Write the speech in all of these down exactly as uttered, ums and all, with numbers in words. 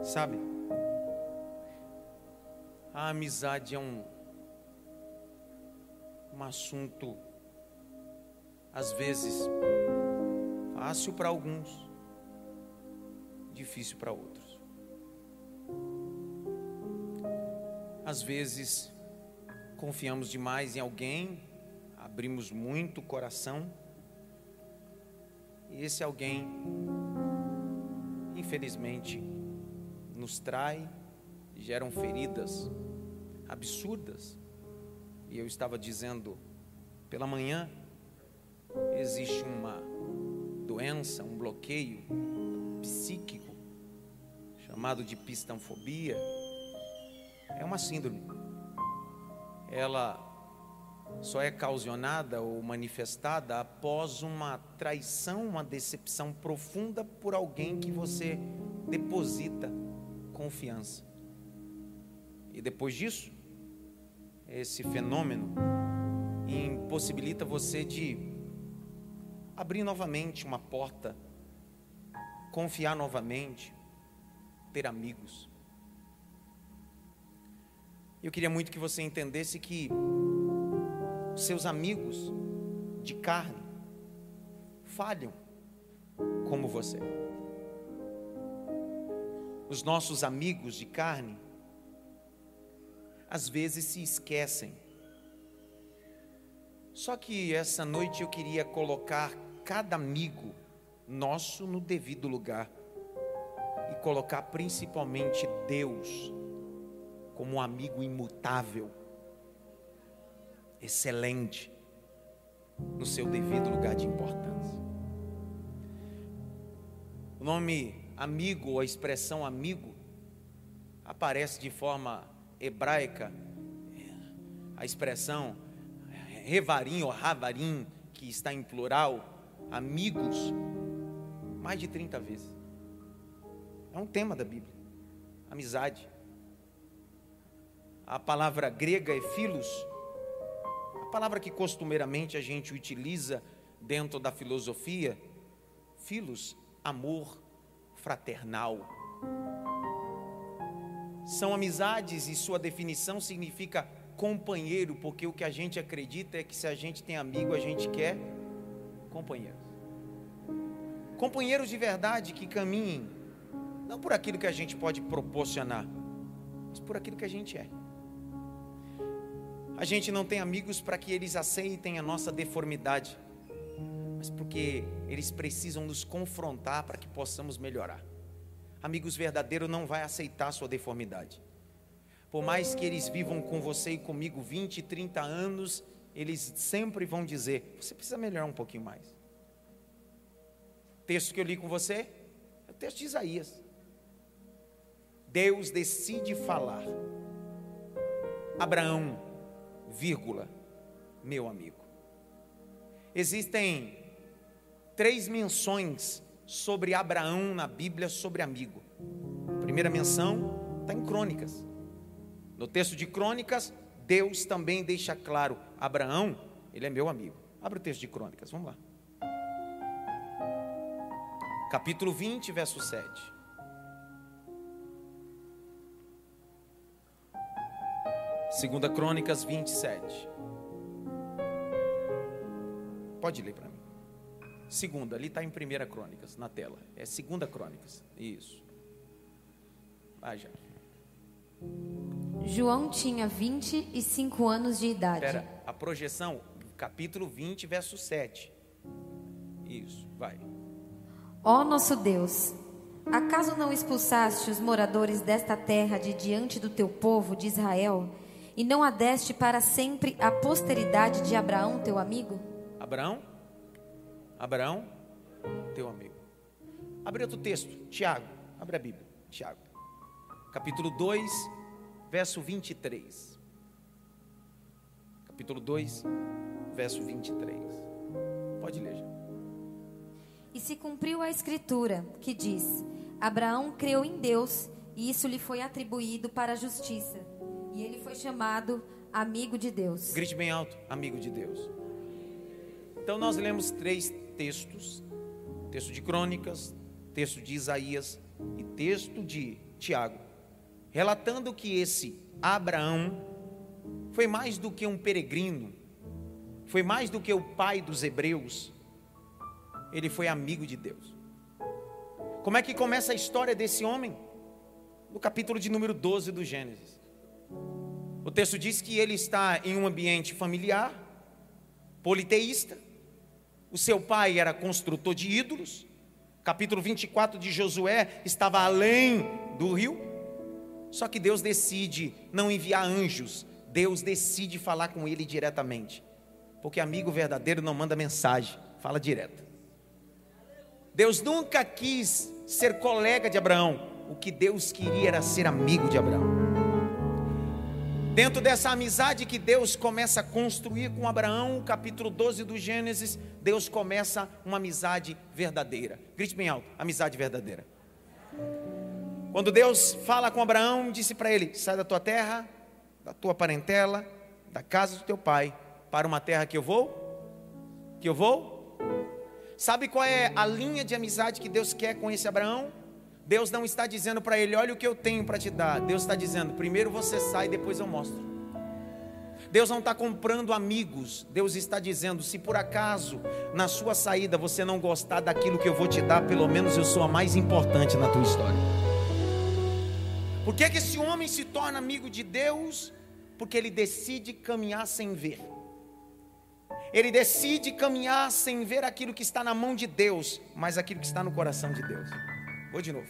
Sabe, a amizade é um, um assunto, às vezes, fácil para alguns, difícil para outros. Às vezes, confiamos demais em alguém, abrimos muito o coração, e esse alguém, infelizmente, nos trai, geram feridas absurdas. E eu estava dizendo pela manhã, existe uma doença, um bloqueio psíquico, chamado de pistanfobia. É uma síndrome. Ela só é ocasionada ou manifestada após uma traição, uma decepção profunda por alguém que você deposita confiança. E depois disso, esse fenômeno impossibilita você de abrir novamente uma porta, confiar novamente, ter amigos. Eu queria muito que você entendesse que seus amigos de carne falham como você. Os nossos amigos de carne às vezes se esquecem. Só que essa noite eu queria colocar cada amigo nosso no devido lugar e colocar principalmente Deus como um amigo imutável, excelente, no seu devido lugar de importância. O nome amigo, ou a expressão amigo, aparece de forma hebraica, a expressão revarim ou ravarim, que está em plural, amigos, mais de trinta vezes. É um tema da Bíblia, amizade. A palavra grega é philos, a palavra que costumeiramente a gente utiliza dentro da filosofia. Philos, amor fraternal. São amizades e sua definição significa companheiro, porque o que a gente acredita é que se a gente tem amigo, a gente quer companheiros. Companheiros de verdade que caminhem, não por aquilo que a gente pode proporcionar, mas por aquilo que a gente é. A gente não tem amigos para que eles aceitem a nossa deformidade, mas porque eles precisam nos confrontar para que possamos melhorar. Amigos verdadeiros não vai aceitar a sua deformidade. Por mais que eles vivam com você e comigo vinte, trinta anos, eles sempre vão dizer, você precisa melhorar um pouquinho mais. O texto que eu li com você é o texto de Isaías. Deus decide falar. Abraão, vírgula, meu amigo. Existem três menções sobre Abraão na Bíblia, sobre amigo. A primeira menção está em Crônicas. No texto de Crônicas, Deus também deixa claro, Abraão, ele é meu amigo. Abre o texto de Crônicas, vamos lá. Capítulo vinte, verso sete. Segunda Crônicas vinte e sete. Pode ler para mim. Segunda, ali está em Primeira Crônicas, na tela. É Segunda Crônicas, isso. Vai já. João tinha vinte e cinco anos de idade. Espera, a projeção, capítulo vinte, verso sete. Isso, vai. Ó nosso Deus, acaso não expulsaste os moradores desta terra de diante do teu povo de Israel, e não a deste para sempre a posteridade de Abraão, teu amigo? Abraão? Abraão, teu amigo. Abre outro texto, Tiago, abre a Bíblia, Tiago. Capítulo dois, verso vinte e três. Capítulo dois, verso vinte e três. Pode ler já. E se cumpriu a escritura, que diz, Abraão creu em Deus, e isso lhe foi atribuído para a justiça, e ele foi chamado amigo de Deus. Grite bem alto, amigo de Deus. Então nós lemos três textos, texto de Crônicas, texto de Isaías, e texto de Tiago, relatando que esse Abraão foi mais do que um peregrino, foi mais do que o pai dos hebreus, ele foi amigo de Deus. Como é que começa a história desse homem? No capítulo de número doze do Gênesis. O texto diz que ele está em um ambiente familiar, politeísta. O seu pai era construtor de ídolos. Capítulo vinte e quatro de Josué estava além do rio. Só que Deus decide não enviar anjos, Deus decide falar com ele diretamente, porque amigo verdadeiro não manda mensagem, fala direto. Deus nunca quis ser colega de Abraão, o que Deus queria era ser amigo de Abraão. Dentro dessa amizade que Deus começa a construir com Abraão, capítulo doze do Gênesis, Deus começa uma amizade verdadeira. Grite bem alto, amizade verdadeira. Quando Deus fala com Abraão, disse para ele: sai da tua terra, da tua parentela, da casa do teu pai, para uma terra que eu vou, que eu vou. Sabe qual é a linha de amizade que Deus quer com esse Abraão? Deus não está dizendo para ele: olha o que eu tenho para te dar. Deus está dizendo: primeiro você sai, depois eu mostro. Deus não está comprando amigos. Deus está dizendo: se por acaso na sua saída você não gostar daquilo que eu vou te dar, pelo menos eu sou a mais importante na tua história. Por que que esse homem se torna amigo de Deus? Porque ele decide caminhar sem ver. Ele decide caminhar sem ver aquilo que está na mão de Deus, mas aquilo que está no coração de Deus. Vou de novo.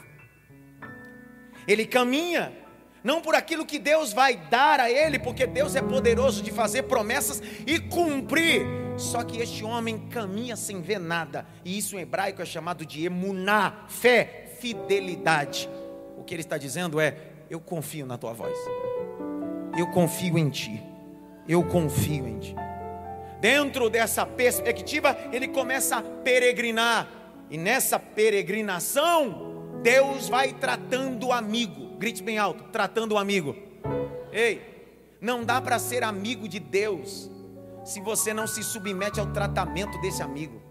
Ele caminha não por aquilo que Deus vai dar a ele, porque Deus é poderoso de fazer promessas e cumprir. Só que este homem caminha sem ver nada, e isso em hebraico é chamado de emuná, fé, fidelidade. O que ele está dizendo é: eu confio na tua voz, eu confio em ti, eu confio em ti. Dentro dessa perspectiva, ele começa a peregrinar, e nessa peregrinação, Deus vai tratando o amigo. Grite bem alto: tratando o amigo. Ei, não dá para ser amigo de Deus se você não se submete ao tratamento desse amigo.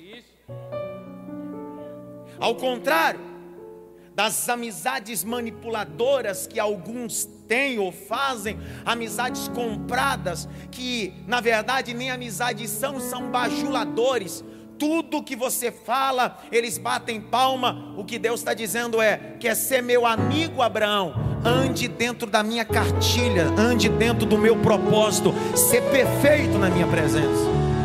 Ao contrário das amizades manipuladoras que alguns têm ou fazem, amizades compradas, que na verdade nem amizades são, são bajuladores. Tudo que você fala, eles batem palma. O que Deus está dizendo é: quer ser meu amigo, Abraão? Ande dentro da minha cartilha, ande dentro do meu propósito, ser perfeito na minha presença.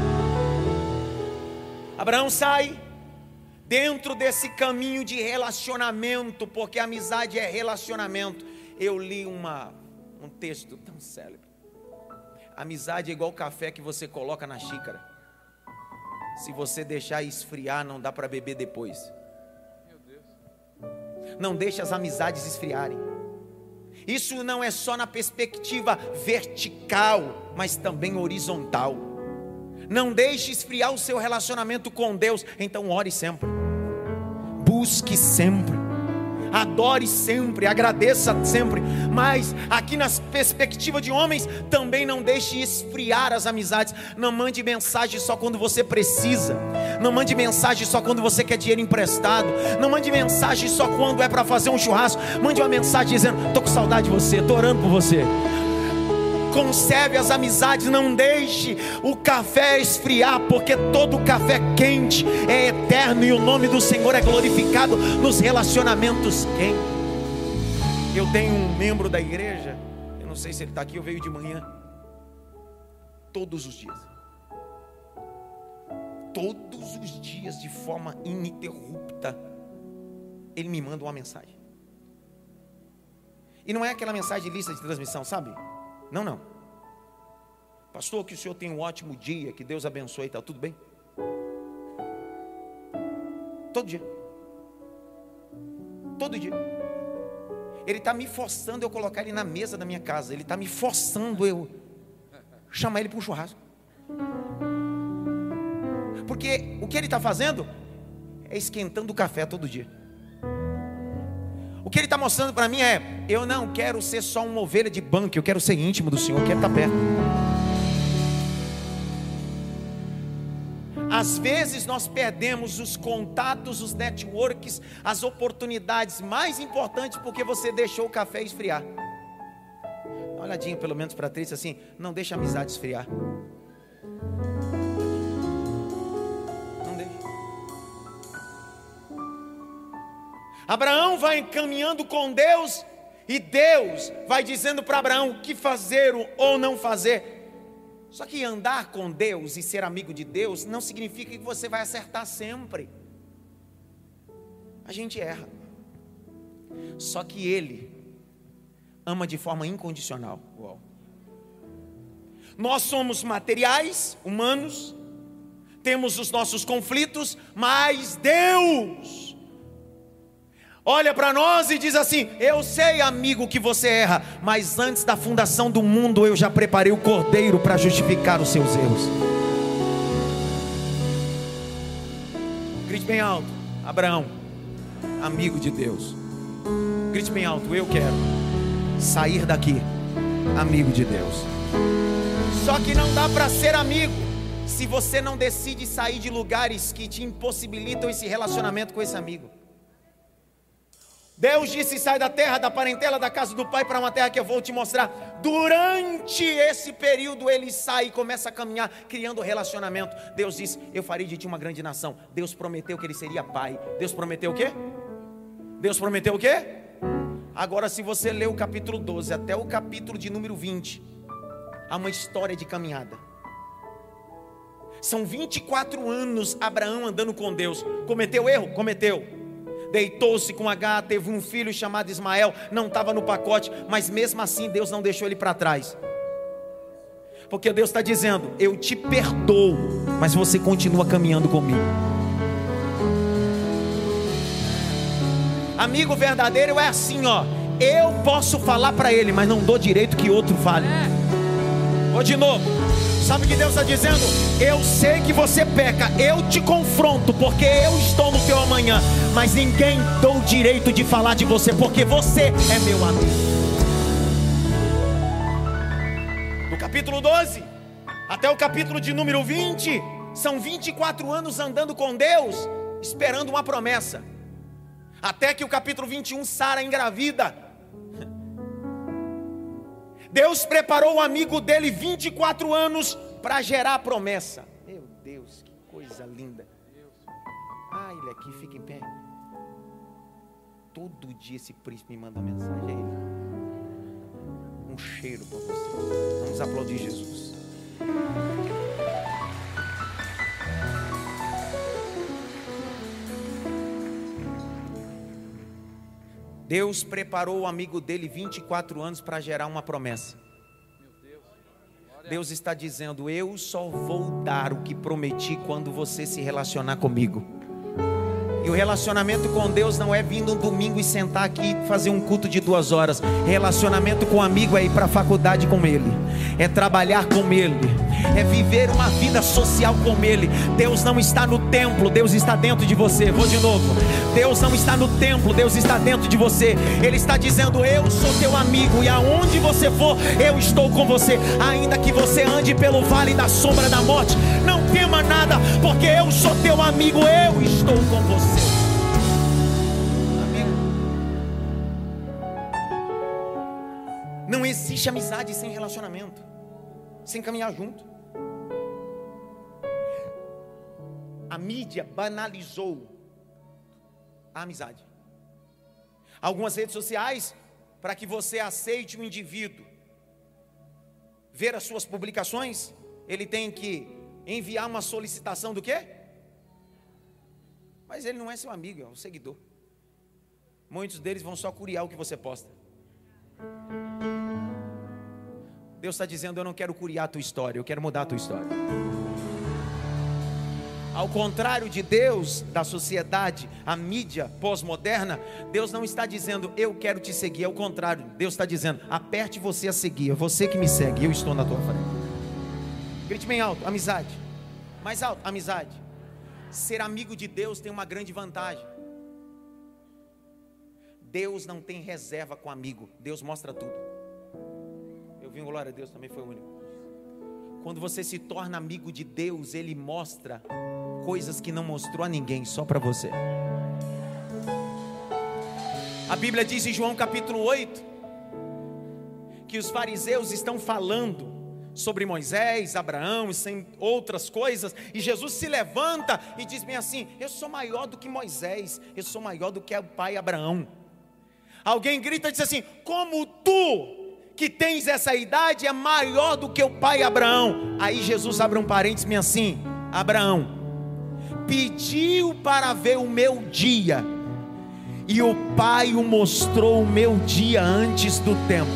Abraão sai dentro desse caminho de relacionamento, porque amizade é relacionamento. Eu li uma, um texto tão célebre. Amizade é igual café que você coloca na xícara. Se você deixar esfriar, não dá para beber depois. Meu Deus. Não deixe as amizades esfriarem. Isso não é só na perspectiva vertical, mas também horizontal. Não deixe esfriar o seu relacionamento com Deus. Então ore sempre, busque sempre, adore sempre, agradeça sempre. Mas aqui na perspectiva de homens, também não deixe esfriar as amizades. Não mande mensagem só quando você precisa. Não mande mensagem só quando você quer dinheiro emprestado. Não mande mensagem só quando é para fazer um churrasco. Mande uma mensagem dizendo: estou com saudade de você, estou orando por você. Conserve as amizades, não deixe o café esfriar, porque todo café quente é eterno e o nome do Senhor é glorificado nos relacionamentos quentes. Eu tenho um membro da igreja, eu não sei se ele está aqui, eu veio de manhã, todos os dias, todos os dias de forma ininterrupta, ele me manda uma mensagem. E não é aquela mensagem de lista de transmissão, sabe? Não, não. Pastor, que o senhor tenha um ótimo dia, que Deus abençoe e tal, tudo bem? Todo dia. Todo dia. Ele está me forçando eu colocar ele na mesa da minha casa. Ele está me forçando eu chamar ele para um churrasco. Porque o que ele está fazendo é esquentando o café todo dia. O que ele está mostrando para mim é: eu não quero ser só uma ovelha de banco, eu quero ser íntimo do Senhor, eu quero estar perto. Às vezes nós perdemos os contatos, os networks, as oportunidades mais importantes porque você deixou o café esfriar. Dá uma olhadinha pelo menos para a Trícia assim, não deixa a amizade esfriar. Não deixa. Abraão vai caminhando com Deus e Deus vai dizendo para Abraão o que fazer ou não fazer. Só que andar com Deus e ser amigo de Deus não significa que você vai acertar sempre. A gente erra. Só que Ele ama de forma incondicional. Uau. Nós somos materiais, humanos, temos os nossos conflitos, mas Deus olha para nós e diz assim: eu sei, amigo, que você erra, mas antes da fundação do mundo eu já preparei o cordeiro para justificar os seus erros. Grite bem alto: Abraão, amigo de Deus. Grite bem alto: eu quero sair daqui amigo de Deus. Só que não dá para ser amigo se você não decide sair de lugares que te impossibilitam esse relacionamento com esse amigo. Deus disse: sai da terra, da parentela, da casa do pai, para uma terra que eu vou te mostrar. Durante esse período ele sai e começa a caminhar, criando relacionamento. Deus disse: eu farei de ti uma grande nação. Deus prometeu que ele seria pai. Deus prometeu o quê? Deus prometeu o quê? Agora, se você ler o capítulo doze até o capítulo de número vinte, há uma história de caminhada. São vinte e quatro anos Abraão andando com Deus. Cometeu erro? Cometeu. Deitou-se com H, teve um filho chamado Ismael, não estava no pacote, mas mesmo assim Deus não deixou ele para trás. Porque Deus está dizendo: eu te perdoo, mas você continua caminhando comigo. Amigo verdadeiro é assim, ó. Eu posso falar para ele, mas não dou direito que outro fale. Vou de novo. Sabe o que Deus está dizendo? Eu sei que você peca, eu te confronto, porque eu estou no teu amanhã, mas ninguém dou o direito de falar de você, porque você é meu amigo. Do capítulo doze até o capítulo de número vinte, são vinte e quatro anos andando com Deus, esperando uma promessa. Até que o capítulo vinte e um, Sara engravida. Deus preparou o amigo dele vinte e quatro anos para gerar a promessa. Meu Deus, que coisa linda. Ah, ele aqui, fica em pé. Todo dia esse príncipe me manda mensagem. É ele. Um cheiro para você. Vamos aplaudir Jesus. Deus preparou o amigo dele vinte e quatro anos para gerar uma promessa. Deus está dizendo: eu só vou dar o que prometi quando você se relacionar comigo. E o relacionamento com Deus não é vindo um domingo e sentar aqui e fazer um culto de duas horas. Relacionamento com um amigo é ir para a faculdade com ele, é trabalhar com ele, é viver uma vida social com ele. Deus não está no templo, Deus está dentro de você. Vou de novo. Deus não está no templo, Deus está dentro de você. Ele está dizendo: eu sou teu amigo, e aonde você for, eu estou com você. Ainda que você ande pelo vale da sombra da morte, não tema nada, porque eu sou teu amigo, eu estou com você. Amém. Não existe amizade sem relacionamento, sem caminhar junto. A mídia banalizou a amizade. Algumas redes sociais, para que você aceite um indivíduo, ver as suas publicações, ele tem que enviar uma solicitação do quê? Mas ele não é seu amigo, é um seguidor. Muitos deles vão só curiar o que você posta. Deus está dizendo: eu não quero curiar a tua história, eu quero mudar a tua história. Ao contrário de Deus, da sociedade, a mídia pós-moderna, Deus não está dizendo: eu quero te seguir. Ao contrário, Deus está dizendo: aperte você a seguir, é você que me segue, eu estou na tua frente. Grite bem alto: amizade. Mais alto: amizade. Ser amigo de Deus tem uma grande vantagem. Deus não tem reserva com amigo, Deus mostra tudo. Eu vi um glória a Deus, também foi o único. Quando você se torna amigo de Deus, Ele mostra coisas que não mostrou a ninguém, só para você. A Bíblia diz em João capítulo oito, que os fariseus estão falando sobre Moisés, Abraão e sem outras coisas, e Jesus se levanta e diz bem assim: eu sou maior do que Moisés, eu sou maior do que o pai Abraão. Alguém grita e diz assim: como tu, que tens essa idade, é maior do que o pai Abraão? Aí Jesus abre um parênteses bem assim: Abraão pediu para ver o meu dia, e o pai o mostrou o meu dia antes do tempo.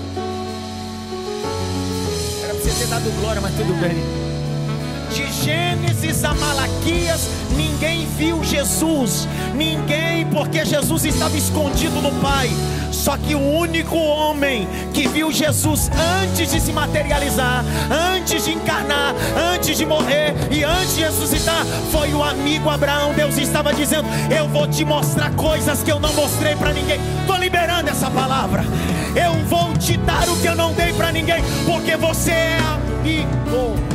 Era para você ter dado glória, mas tudo bem. De Gênesis a Malaquias, ninguém viu Jesus, ninguém, porque Jesus estava escondido no Pai. Só que o único homem que viu Jesus antes de se materializar, antes de encarnar, antes de morrer e antes de ressuscitar, foi o amigo Abraão. Deus estava dizendo: eu vou te mostrar coisas que eu não mostrei para ninguém. Estou liberando essa palavra. Eu vou te dar o que eu não dei para ninguém, porque você é amigo.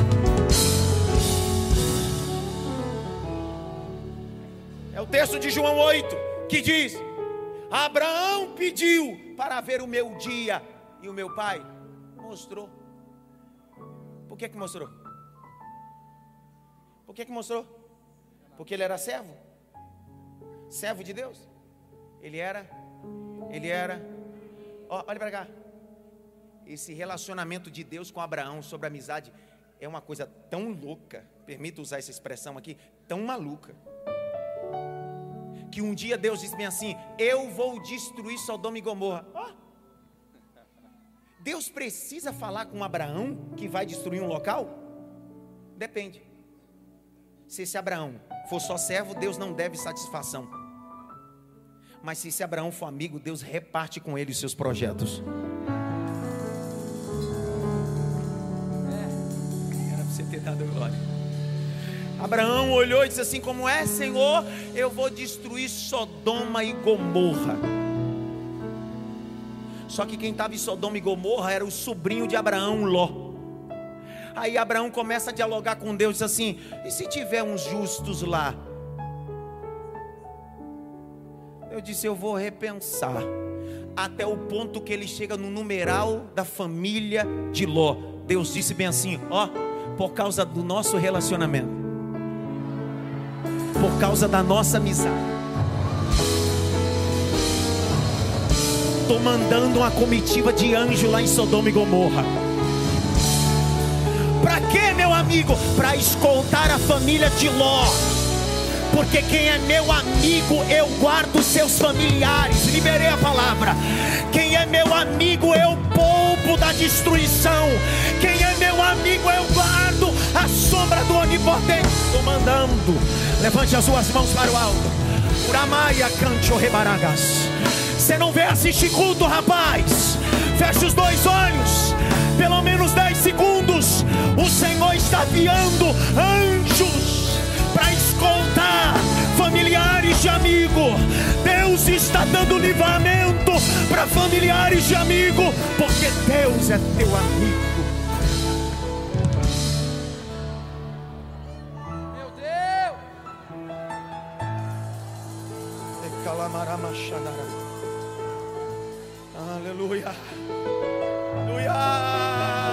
É o texto de João oito que diz: Abraão pediu para ver o meu dia, e o meu pai mostrou. Por que que mostrou? Por que que mostrou? Porque ele era servo, servo de Deus. Ele era, ele era, ó, olha para cá. Esse relacionamento de Deus com Abraão sobre a amizade é uma coisa tão louca, permita usar essa expressão aqui, tão maluca, que um dia Deus disse bem assim: eu vou destruir Sodoma e Gomorra. Oh! Deus precisa falar com Abraão que vai destruir um local? Depende. Se esse Abraão for só servo, Deus não deve satisfação. Mas se esse Abraão for amigo, Deus reparte com ele os seus projetos. É, era para você ter dado glória. Abraão olhou e disse assim: como é, Senhor? Eu vou destruir Sodoma e Gomorra. Só que quem estava em Sodoma e Gomorra era o sobrinho de Abraão, Ló. Aí Abraão começa a dialogar com Deus, diz assim: e se tiver uns justos lá? Eu disse: eu vou repensar. Até o ponto que ele chega no numeral da família de Ló. Deus disse bem assim: ó, por causa do nosso relacionamento, por causa da nossa amizade, estou mandando uma comitiva de anjo lá em Sodoma e Gomorra. Para quê, meu amigo? Para escoltar a família de Ló. Porque quem é meu amigo, eu guardo seus familiares. Liberei a palavra. Quem é meu amigo, eu poupo da destruição. Quem é meu amigo, eu guardo a sombra do onipotente. Estou mandando. Levante as suas mãos para o alto. Uramaia cancho rebaragas. Você não vê assistir culto, rapaz? Fecha os dois olhos. Pelo menos dez segundos. O Senhor está enviando anjos para escoltar familiares de amigo. Deus está dando livramento para familiares de amigo, porque Deus é teu amigo. Meu Deus! Aleluia. Aleluia.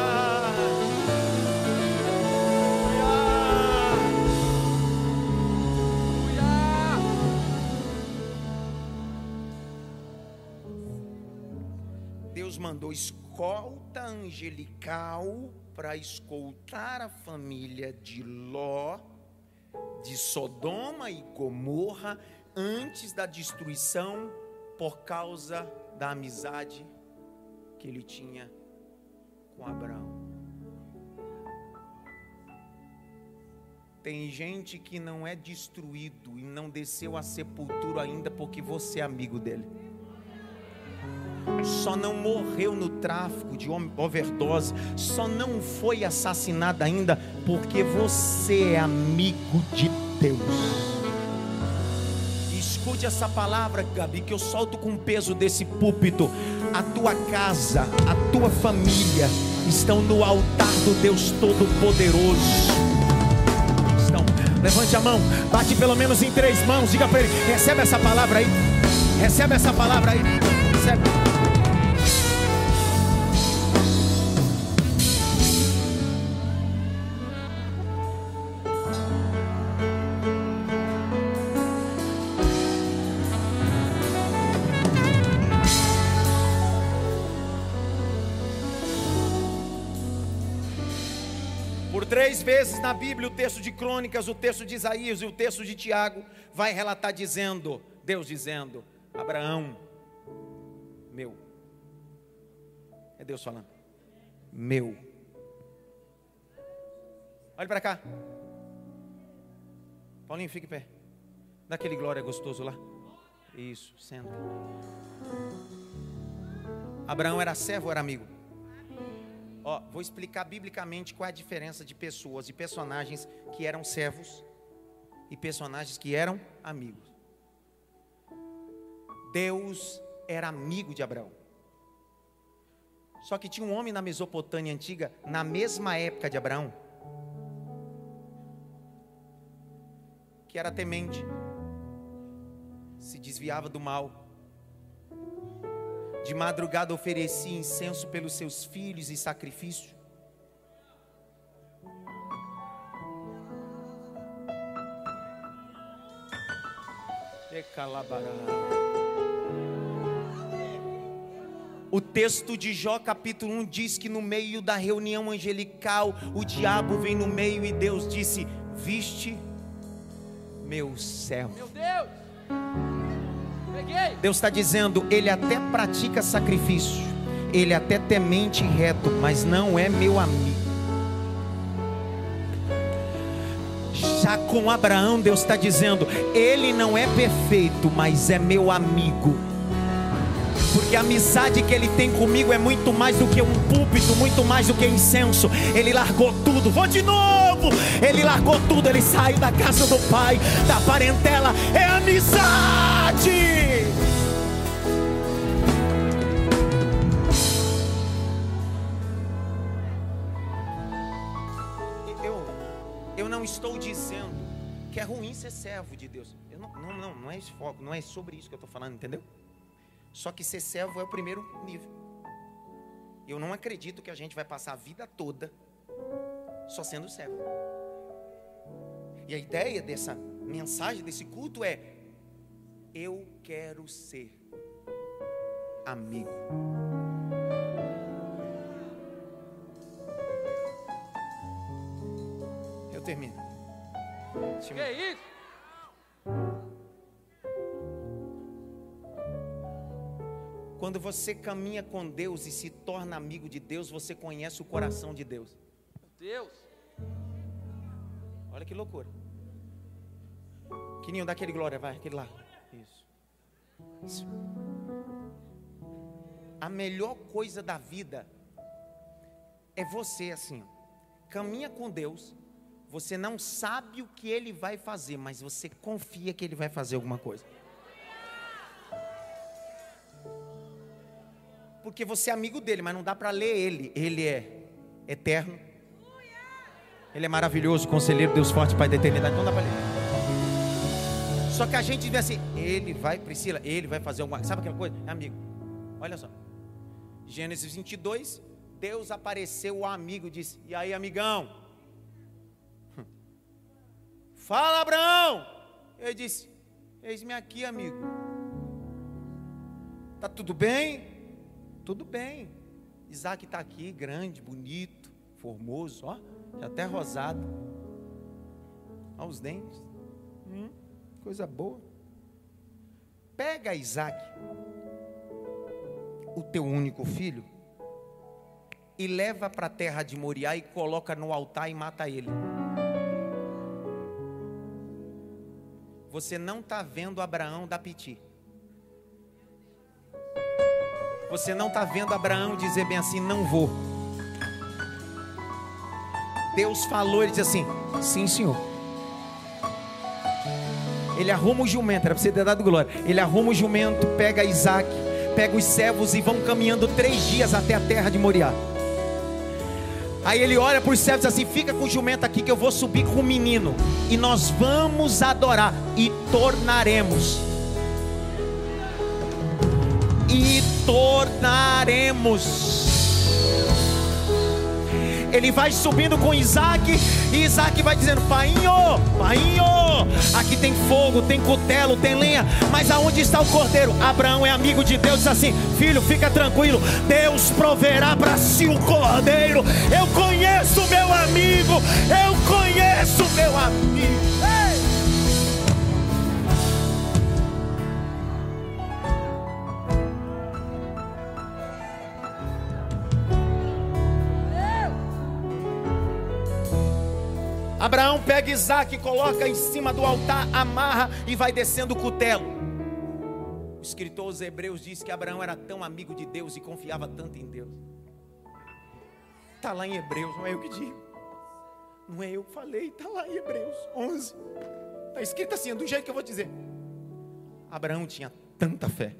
Deus mandou escolta angelical para escoltar a família de Ló, de Sodoma e Gomorra, antes da destruição, por causa da amizade que ele tinha com Abraão. Tem gente que não é destruído e não desceu à sepultura ainda porque você é amigo dele. Só não morreu no tráfico de overdose, só não foi assassinado ainda porque você é amigo de Deus. Escute essa palavra, Gabi, que eu solto com o peso desse púlpito. A tua casa, a tua família estão no altar do Deus Todo-Poderoso. Estão. Levante a mão, bate pelo menos em três mãos. Diga para ele, recebe essa palavra aí. Recebe essa palavra aí. Recebe. Três vezes na Bíblia, o texto de Crônicas, o texto de Isaías e o texto de Tiago vai relatar dizendo, Deus dizendo, Abraão, meu. É Deus falando, meu. Olha para cá. Paulinho, fique em pé. Dá aquele glória gostoso lá. Isso, senta. Abraão era servo ou era amigo? Ó, vou explicar biblicamente qual é a diferença de pessoas e personagens que eram servos e personagens que eram amigos. Deus era amigo de Abraão. Só que tinha um homem na Mesopotâmia antiga, na mesma época de Abraão, que era temente, se desviava do mal. De madrugada oferecia incenso pelos seus filhos e sacrifício. O texto de Jó capítulo um diz que no meio da reunião angelical, o diabo vem no meio e Deus disse, viste meu servo. Meu Deus! Deus está dizendo, ele até pratica sacrifício, ele até temente e reto, mas não é meu amigo. Já com Abraão, Deus está dizendo, ele não é perfeito, mas é meu amigo. Porque a amizade que ele tem comigo é muito mais do que um púlpito, muito mais do que incenso. Ele largou tudo, vou de novo. Ele largou tudo, ele saiu da casa do pai, da parentela, é amizade. Eu, eu não estou dizendo que é ruim ser servo de Deus. Eu não, não, não, não é esse foco, não é sobre isso que eu estou falando, entendeu? Só que ser servo é o primeiro nível. Eu não acredito que a gente vai passar a vida toda só sendo servo. E a ideia dessa mensagem, desse culto é: eu quero ser amigo. Eu termino. Que é isso? Quando você caminha com Deus e se torna amigo de Deus, você conhece o coração de Deus. Deus. Olha que loucura. Quininho, dá aquele glória, vai, aquele lá. Isso. Isso. A melhor coisa da vida é você assim, ó, caminha com Deus, você não sabe o que Ele vai fazer, mas você confia que Ele vai fazer alguma coisa. Porque você é amigo dele, mas não dá para ler ele. Ele é eterno. Ele é maravilhoso, conselheiro, Deus forte, Pai da eternidade. Não dá para ler. Só que a gente vê assim, ele vai, Priscila, ele vai fazer alguma coisa. Sabe aquela coisa? É amigo. Olha só. Gênesis vinte e dois, Deus apareceu ao amigo e disse: e aí, amigão? Fala, Abraão. Ele disse: eis-me aqui, amigo. Tá tudo bem? Tudo bem. Isaac está aqui, grande, bonito, formoso, ó, já até rosado. Olha os dentes. Hum, coisa boa. Pega, Isaac, o teu único filho, e leva para a terra de Moriá e coloca no altar e mata ele. Você não está vendo Abraão dar piti. Você não está vendo Abraão dizer bem assim, não vou. Deus falou, ele diz assim, sim, senhor. Ele arruma o jumento, era para você ter dado glória. Ele arruma o jumento, pega Isaac, pega os servos e vão caminhando três dias até a terra de Moriá. Aí ele olha para os servos assim: fica com o jumento aqui que eu vou subir com o menino, e nós vamos adorar e tornaremos. E tornaremos. Ele vai subindo com Isaac, e Isaac vai dizendo: painho, painho, aqui tem fogo, tem cutelo, tem lenha, mas aonde está o cordeiro? Abraão é amigo de Deus, diz assim: filho, fica tranquilo, Deus proverá para si o cordeiro. Eu conheço meu amigo, eu conheço meu amigo. Ei! Abraão pega Isaac, coloca em cima do altar, amarra e vai descendo o cutelo. O escritor aos Hebreus diz que Abraão era tão amigo de Deus e confiava tanto em Deus. Está lá em Hebreus, não é eu que digo, não é eu que falei, está lá em Hebreus onze. Está escrito assim, do jeito que eu vou dizer. Abraão tinha tanta fé,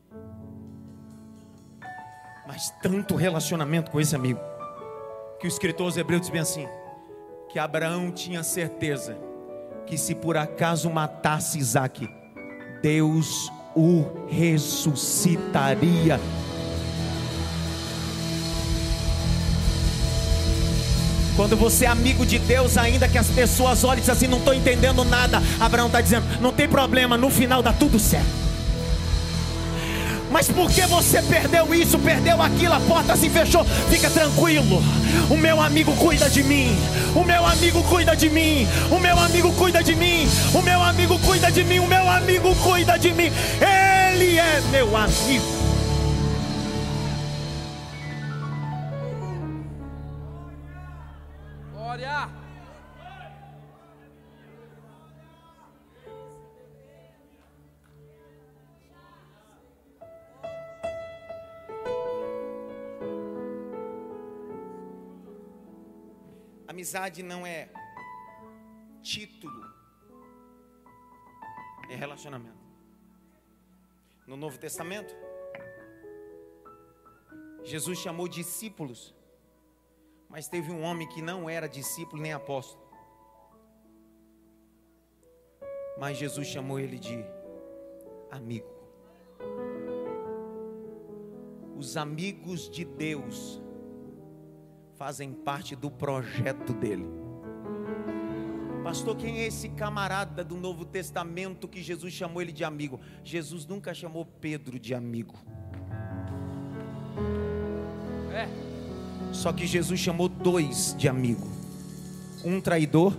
mas tanto relacionamento com esse amigo, que o escritor aos Hebreus diz bem assim: que Abraão tinha certeza que se por acaso matasse Isaac, Deus o ressuscitaria. Quando você é amigo de Deus, ainda que as pessoas olhem e dizem assim: não estou entendendo nada, Abraão está dizendo: não tem problema, no final dá tudo certo. Mas porque você perdeu isso, perdeu aquilo, a porta se fechou, fica tranquilo, o meu amigo cuida de mim, o meu amigo cuida de mim, o meu amigo cuida de mim, o meu amigo cuida de mim, o meu amigo cuida de mim, ele é meu amigo. Glória! Amizade não é título, é relacionamento. No Novo Testamento, Jesus chamou discípulos, mas teve um homem que não era discípulo nem apóstolo, mas Jesus chamou ele de amigo. Os amigos de Deus fazem parte do projeto dele. Pastor, quem é esse camarada do Novo Testamento que Jesus chamou ele de amigo? Jesus nunca chamou Pedro de amigo. É. Só que Jesus chamou dois de amigo. Um traidor.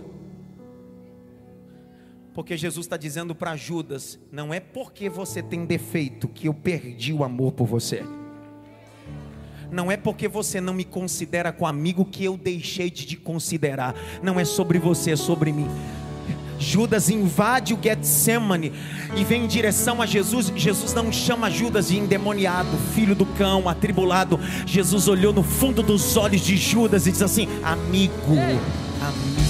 Porque Jesus está dizendo para Judas: não é porque você tem defeito que eu perdi o amor por você. Não é porque você não me considera como amigo que eu deixei de te considerar. Não é sobre você, é sobre mim. Judas invade o Getsemane e vem em direção a Jesus. Jesus não chama Judas de endemoniado, filho do cão, atribulado. Jesus olhou no fundo dos olhos de Judas e diz assim: amigo, amigo.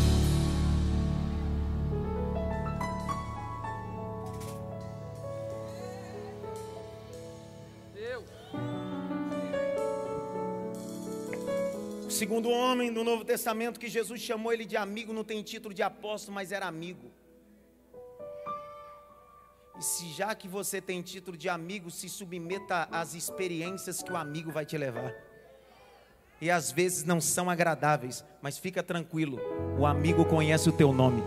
Segundo homem do Novo Testamento que Jesus chamou ele de amigo, não tem título de apóstolo, mas era amigo. E se já que você tem título de amigo, se submeta às experiências que o amigo vai te levar. E às vezes não são agradáveis, mas fica tranquilo, o amigo conhece o teu nome.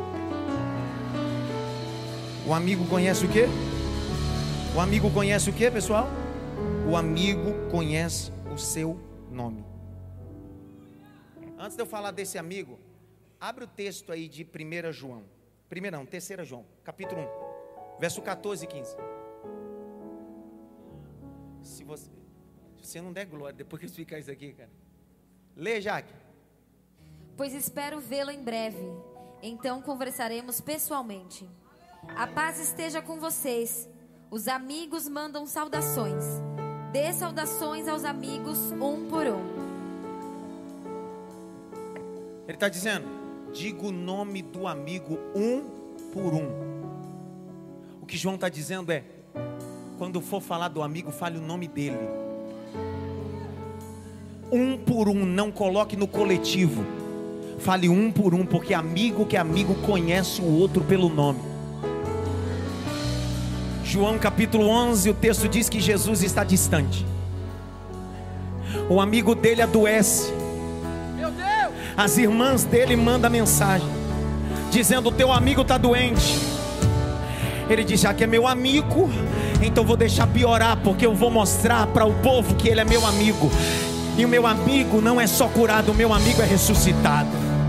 O amigo conhece o quê? O amigo conhece o quê, pessoal? O amigo conhece o seu nome. Antes de eu falar desse amigo, abre o texto aí de primeira João. Primeiro não, terceira João, capítulo um, verso quatorze e quinze. Se você, se você não der glória, depois que eu explicar isso aqui, cara. Lê, Jaque. Pois espero vê-lo em breve, então conversaremos pessoalmente. A paz esteja com vocês. Os amigos mandam saudações. Dê saudações aos amigos um por um. Ele está dizendo: diga o nome do amigo um por um. O que João está dizendo é: quando for falar do amigo, fale o nome dele. um por um, não coloque no coletivo. Fale um por um, porque amigo que é amigo conhece o outro pelo nome. João capítulo onze, o texto diz que Jesus está distante. O amigo dele adoece. Meu Deus! As irmãs dele mandam mensagem dizendo: teu amigo está doente. Ele diz: já que é meu amigo, então vou deixar piorar, porque eu vou mostrar para o povo que ele é meu amigo. E o meu amigo não é só curado, o meu amigo é ressuscitado.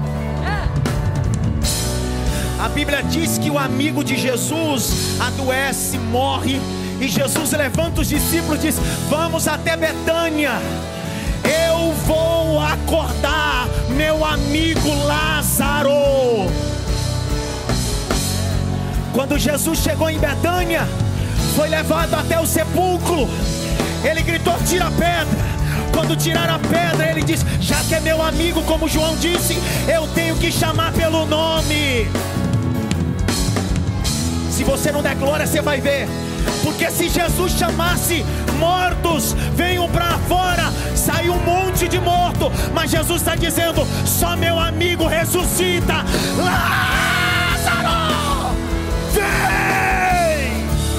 A Bíblia diz que o amigo de Jesus adoece, morre, e Jesus levanta os discípulos e diz: vamos até Betânia, eu vou acordar meu amigo Lázaro. Quando Jesus chegou em Betânia, foi levado até o sepulcro. Ele gritou: tira a pedra. Quando tiraram a pedra, ele disse: já que é meu amigo, como João disse, eu tenho que chamar pelo nome. Se você não der glória, você vai ver. Porque se Jesus chamasse: mortos, venham para fora, saiu um monte de morto. Mas Jesus está dizendo: só meu amigo ressuscita. Lázaro, vem!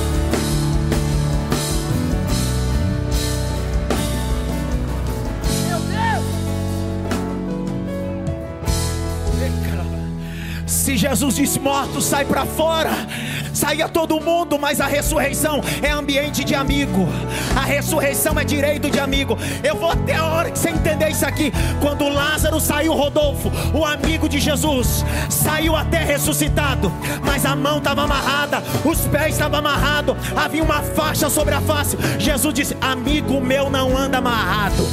Meu Deus! Se Jesus disse: mortos, sai para fora, saía todo mundo. Mas a ressurreição é ambiente de amigo. A ressurreição é direito de amigo. Eu vou até a hora que você entender isso aqui. Quando Lázaro saiu, Rodolfo, o amigo de Jesus, saiu até ressuscitado, mas a mão estava amarrada, os pés estavam amarrados, havia uma faixa sobre a face. Jesus disse: amigo meu não anda amarrado,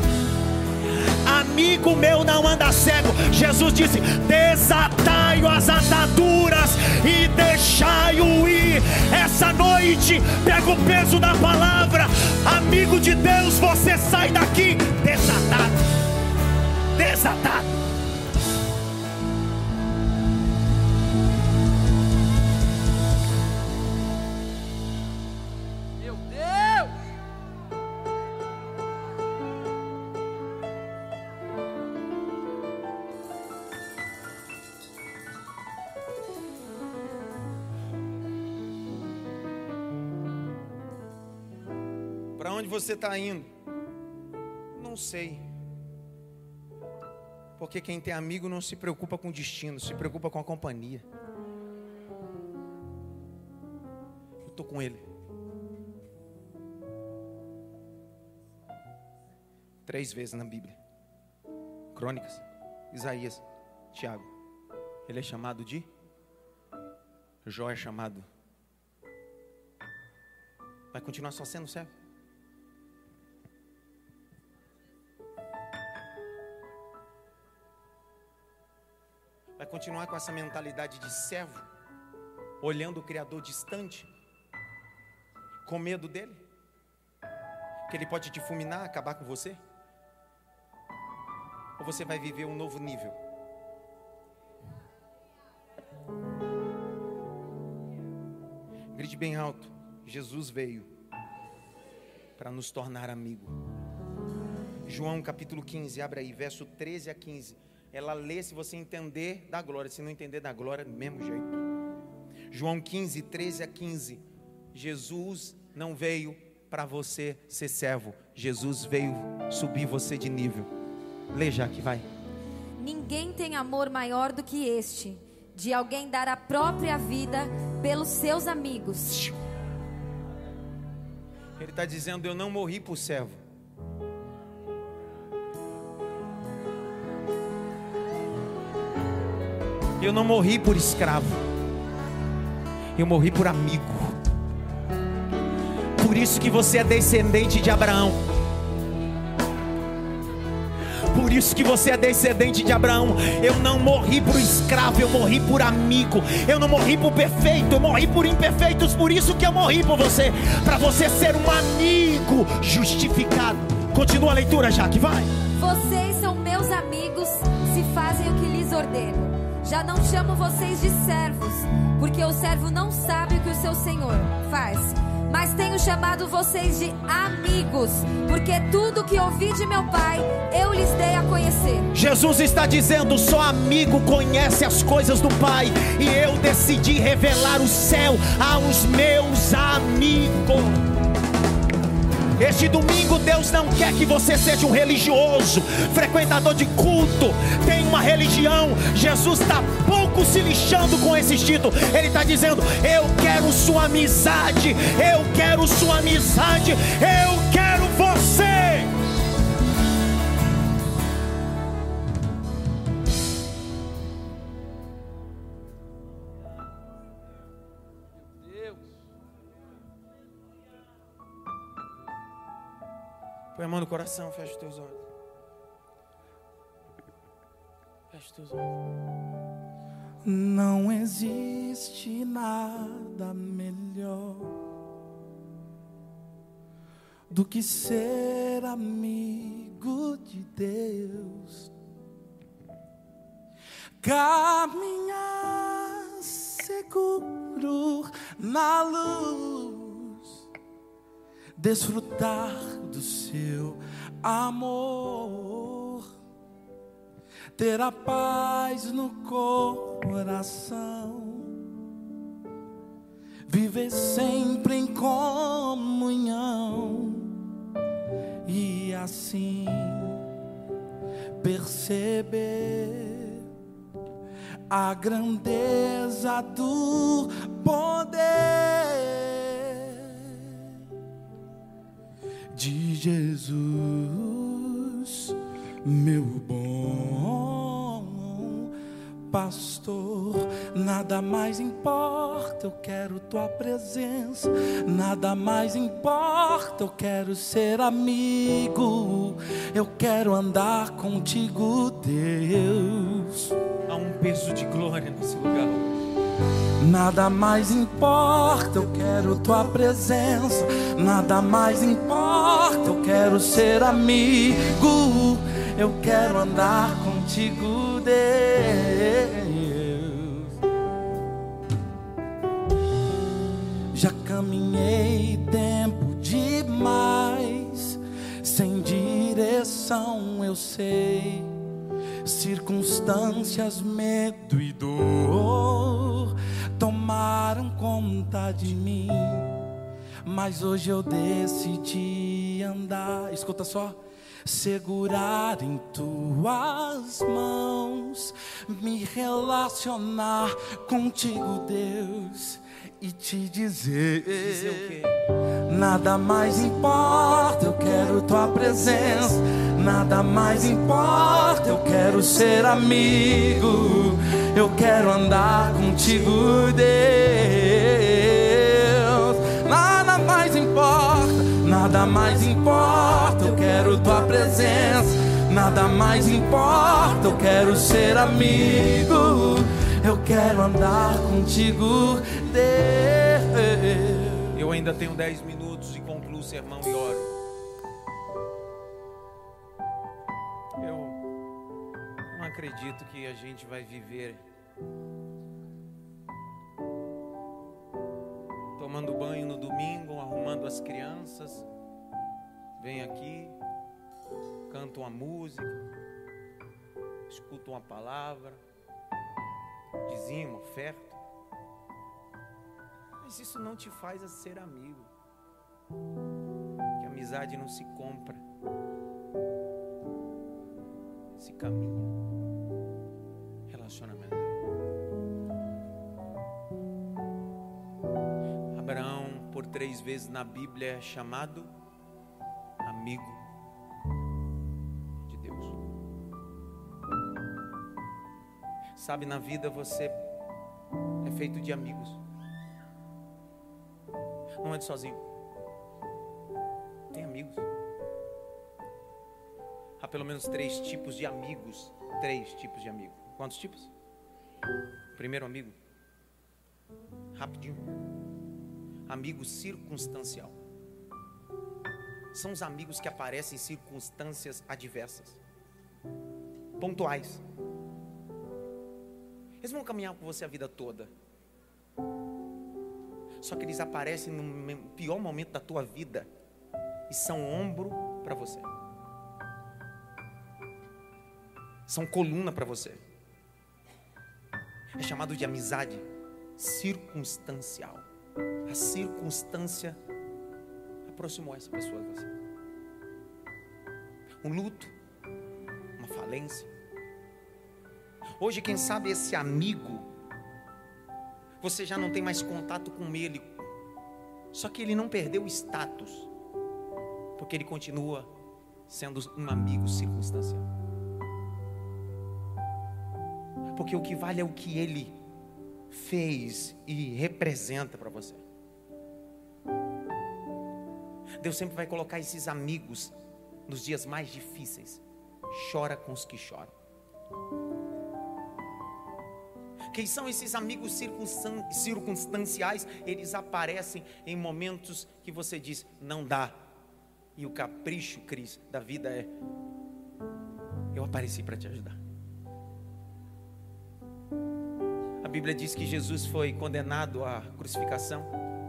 amigo meu não anda cego. Jesus disse: desatai as ataduras e deixai-o ir. Essa noite, pega o peso da palavra. Amigo de Deus, você sai daqui desatado. Desatado. Meu Deus! Para onde você está indo? Não sei. Porque quem tem amigo não se preocupa com o destino, se preocupa com a companhia. Eu estou com ele. Três vezes na Bíblia. Crônicas, Isaías, Tiago. Ele é chamado de Jó, é chamado. Vai continuar só sendo servo? Vai continuar com essa mentalidade de servo, olhando o Criador distante, com medo dele, que ele pode te fulminar, acabar com você? Ou você vai viver um novo nível? Grite bem alto: Jesus veio para nos tornar amigo. João capítulo quinze, abre aí, verso treze a quinze. Ela lê se você entender da glória, se não entender da glória, do mesmo jeito. João quinze, treze a quinze. Jesus não veio para você ser servo, Jesus veio subir você de nível. Lê, já que vai. Ninguém tem amor maior do que este, de alguém dar a própria vida pelos seus amigos. Ele está dizendo: eu não morri por servo. Eu não morri por escravo. Eu morri por amigo. Por isso que você é descendente de Abraão. Por isso que você é descendente de Abraão. Eu não morri por escravo, eu morri por amigo. Eu não morri por perfeito, eu morri por imperfeitos. Por isso que eu morri por você, para você ser um amigo justificado. Continua a leitura, Jaque, vai. Vocês são meus amigos se fazem o que lhes ordeno. Já não chamo vocês de servos, porque o servo não sabe o que o seu senhor faz. mas tenho chamado vocês de amigos, porque tudo que ouvi de meu Pai, eu lhes dei a conhecer. Jesus está dizendo: só amigo conhece as coisas do Pai, e eu decidi revelar o céu aos meus amigos. Este domingo Deus não quer que você seja um religioso, frequentador de culto, tem uma religião. Jesus está pouco se lixando com esse título. Ele está dizendo: eu quero sua amizade, eu quero sua amizade, eu quero você. Põe a mão no coração, fecha os teus olhos. Fecha os teus olhos. Não existe nada melhor do que ser amigo de Deus. Caminhar seguro na luz, desfrutar do seu amor, ter a paz no coração, viver sempre em comunhão e assim perceber a grandeza do poder de Jesus, meu bom pastor. Nada mais importa, eu quero tua presença. Nada mais importa, eu quero ser amigo. Eu quero andar contigo, Deus. Há um peso de glória nesse lugar. Nada mais importa, eu quero tua presença. Nada mais importa, eu quero ser amigo. Eu quero andar contigo, Deus. Já caminhei tempo demais, sem direção, eu sei. Circunstâncias, medo e dor tomaram conta de mim, mas hoje eu decidi andar, escuta só, segurar em tuas mãos, me relacionar contigo, Deus, e te dizer, dizer o quê? Nada mais importa, eu quero tua presença. Nada mais importa, eu quero ser amigo. Eu quero andar contigo, Deus. Nada mais importa, nada mais importa, eu quero tua presença. Nada mais importa, eu quero ser amigo. Eu quero andar contigo, Deus. Eu ainda tenho dez minutos e concluo o sermão e oro. Eu não acredito que a gente vai viver tomando banho no domingo, arrumando as crianças, vem aqui, canta uma música, escuta uma palavra, dizima, oferta. Mas isso não te faz a ser amigo. Que amizade não se compra, se caminha. Relacionamento. Abraão, por três vezes na Bíblia, é chamado amigo de Deus. Sabe, na vida você é feito de amigos. Não ande sozinho. Tem amigos. Há pelo menos três tipos de amigos. Três tipos de amigos. Quantos tipos? Primeiro amigo, rapidinho. Amigo circunstancial. São os amigos que aparecem em circunstâncias adversas, pontuais. Eles vão caminhar com você a vida toda. Só que eles aparecem no pior momento da tua vida e são ombro para você, são coluna para você. É chamado de amizade circunstancial. A circunstância aproximou essa pessoa de você. Um luto, uma falência. Hoje, quem sabe esse amigo, você já não tem mais contato com ele, só que ele não perdeu o status, porque ele continua sendo um amigo circunstancial. Porque o que vale é o que ele fez e representa para você. Deus sempre vai colocar esses amigos nos dias mais difíceis. Chora com os que choram. Quem são esses amigos circunstanciais? Eles aparecem em momentos que você diz, não dá. E o capricho, Cris, da vida é, eu apareci para te ajudar. A Bíblia diz que Jesus foi condenado à crucificação.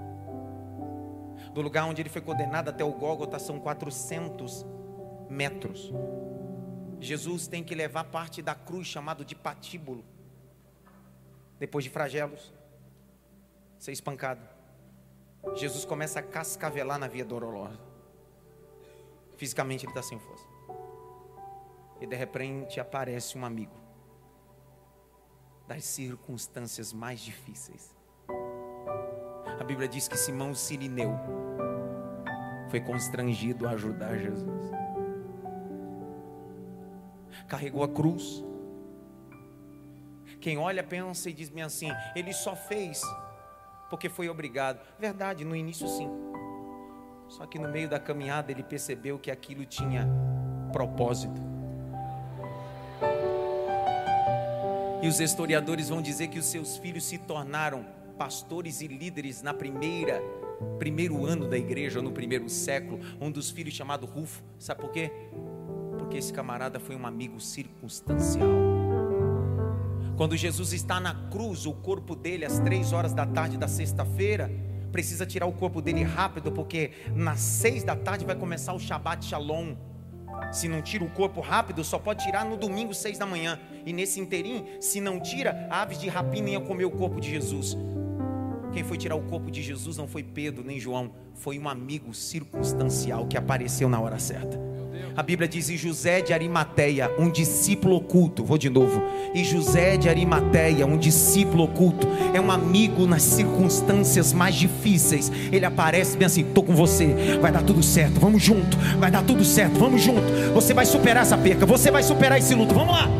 Do lugar onde ele foi condenado até o Gólgota são quatrocentos metros. Jesus tem que levar parte da cruz, chamado de patíbulo. Depois de flagelos, ser espancado, Jesus começa a cascavelar na via dolorosa. Fisicamente ele está sem força. E de repente aparece um amigo das circunstâncias mais difíceis. A Bíblia diz que Simão Sirineu foi constrangido a ajudar Jesus. Carregou a cruz. Quem olha pensa e diz bem assim, ele só fez porque foi obrigado. Verdade, no início sim. Só que no meio da caminhada ele percebeu que aquilo tinha propósito. E os historiadores vão dizer que os seus filhos se tornaram pastores e líderes na primeira, primeiro ano da igreja, ou no primeiro século. Um dos filhos chamado Rufo, sabe por quê? Porque esse camarada foi um amigo circunstancial. Quando Jesus está na cruz, o corpo dele às três horas da tarde da sexta-feira, precisa tirar o corpo dele rápido, porque nas seis da tarde vai começar o Shabbat Shalom. Se não tira o corpo rápido, só pode tirar no domingo, seis da manhã. E nesse inteirinho, se não tira, aves de rapina iam comer o corpo de Jesus. Quem foi tirar o corpo de Jesus não foi Pedro nem João, foi um amigo circunstancial que apareceu na hora certa. A Bíblia diz, e José de Arimateia, um discípulo oculto, vou de novo, e José de Arimateia, um discípulo oculto, é um amigo nas circunstâncias mais difíceis. Ele aparece bem assim, estou com você, vai dar tudo certo, vamos junto, vai dar tudo certo, vamos junto, você vai superar essa perca, você vai superar esse luto, vamos lá.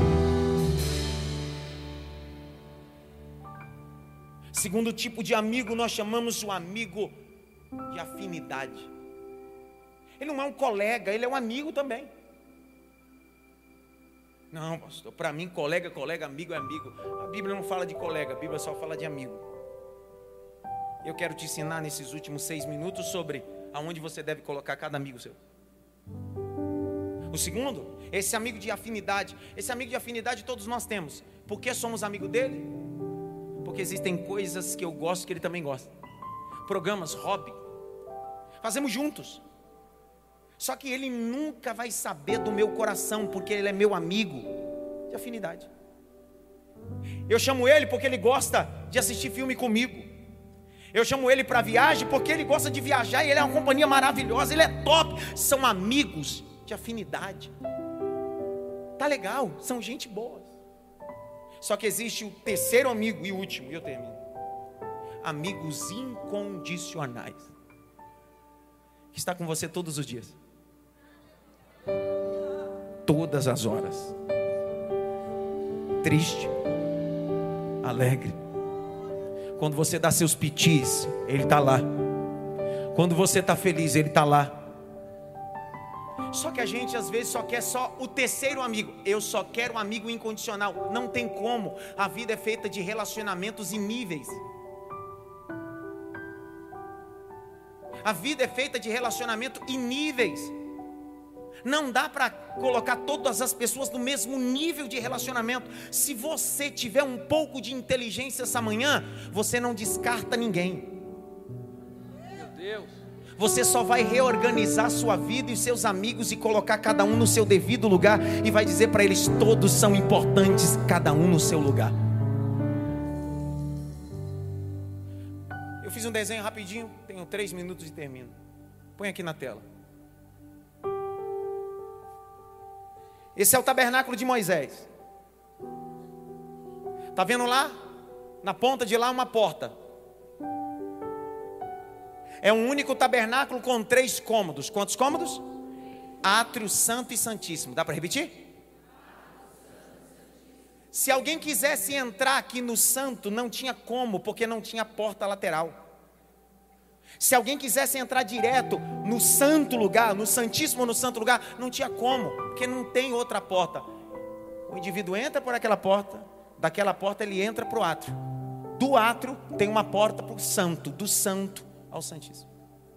Segundo tipo de amigo, nós chamamos o amigo de afinidade. Ele não é um colega, ele é um amigo também. Não, pastor, para mim colega, colega, amigo é amigo. A Bíblia não fala de colega, a Bíblia só fala de amigo. Eu quero te ensinar nesses últimos seis minutos sobre aonde você deve colocar cada amigo seu. O segundo, esse amigo de afinidade. Esse amigo de afinidade todos nós temos. Por que somos amigos dele? Porque existem coisas que eu gosto que ele também gosta. Programas, hobby. Fazemos juntos. Só que ele nunca vai saber do meu coração, porque ele é meu amigo de afinidade. Eu chamo ele porque ele gosta de assistir filme comigo. Eu chamo ele para viagem porque ele gosta de viajar e ele é uma companhia maravilhosa, ele é top. São amigos de afinidade. Tá legal, são gente boa. Só que existe o terceiro amigo e o último, e eu termino. Amigos incondicionais. Que está com você todos os dias. Todas as horas. Triste, alegre. Quando você dá seus pitis, ele está lá. Quando você está feliz, ele está lá. Só que a gente às vezes só quer só o terceiro amigo. Eu só quero um amigo incondicional. Não tem como. A vida é feita de relacionamentos em níveis. A vida é feita de relacionamento em níveis. Não dá para colocar todas as pessoas no mesmo nível de relacionamento. Se você tiver um pouco de inteligência essa manhã, você não descarta ninguém. Deus. Você só vai reorganizar sua vida e seus amigos e colocar cada um no seu devido lugar e vai dizer para eles: todos são importantes, cada um no seu lugar. Eu fiz um desenho rapidinho, tenho três minutos e termino. Põe aqui na tela. Esse é o tabernáculo de Moisés. Está vendo lá? Na ponta de lá uma porta. É um único tabernáculo com três cômodos. Quantos cômodos? Átrio, santo e santíssimo. Dá para repetir? Se alguém quisesse entrar aqui no santo, não tinha como, porque não tinha porta lateral. Se alguém quisesse entrar direto no santo lugar, no santíssimo ou no santo lugar, não tinha como, porque não tem outra porta. O indivíduo entra por aquela porta, daquela porta ele entra para o átrio. Do átrio tem uma porta para o santo, do santo ao santíssimo.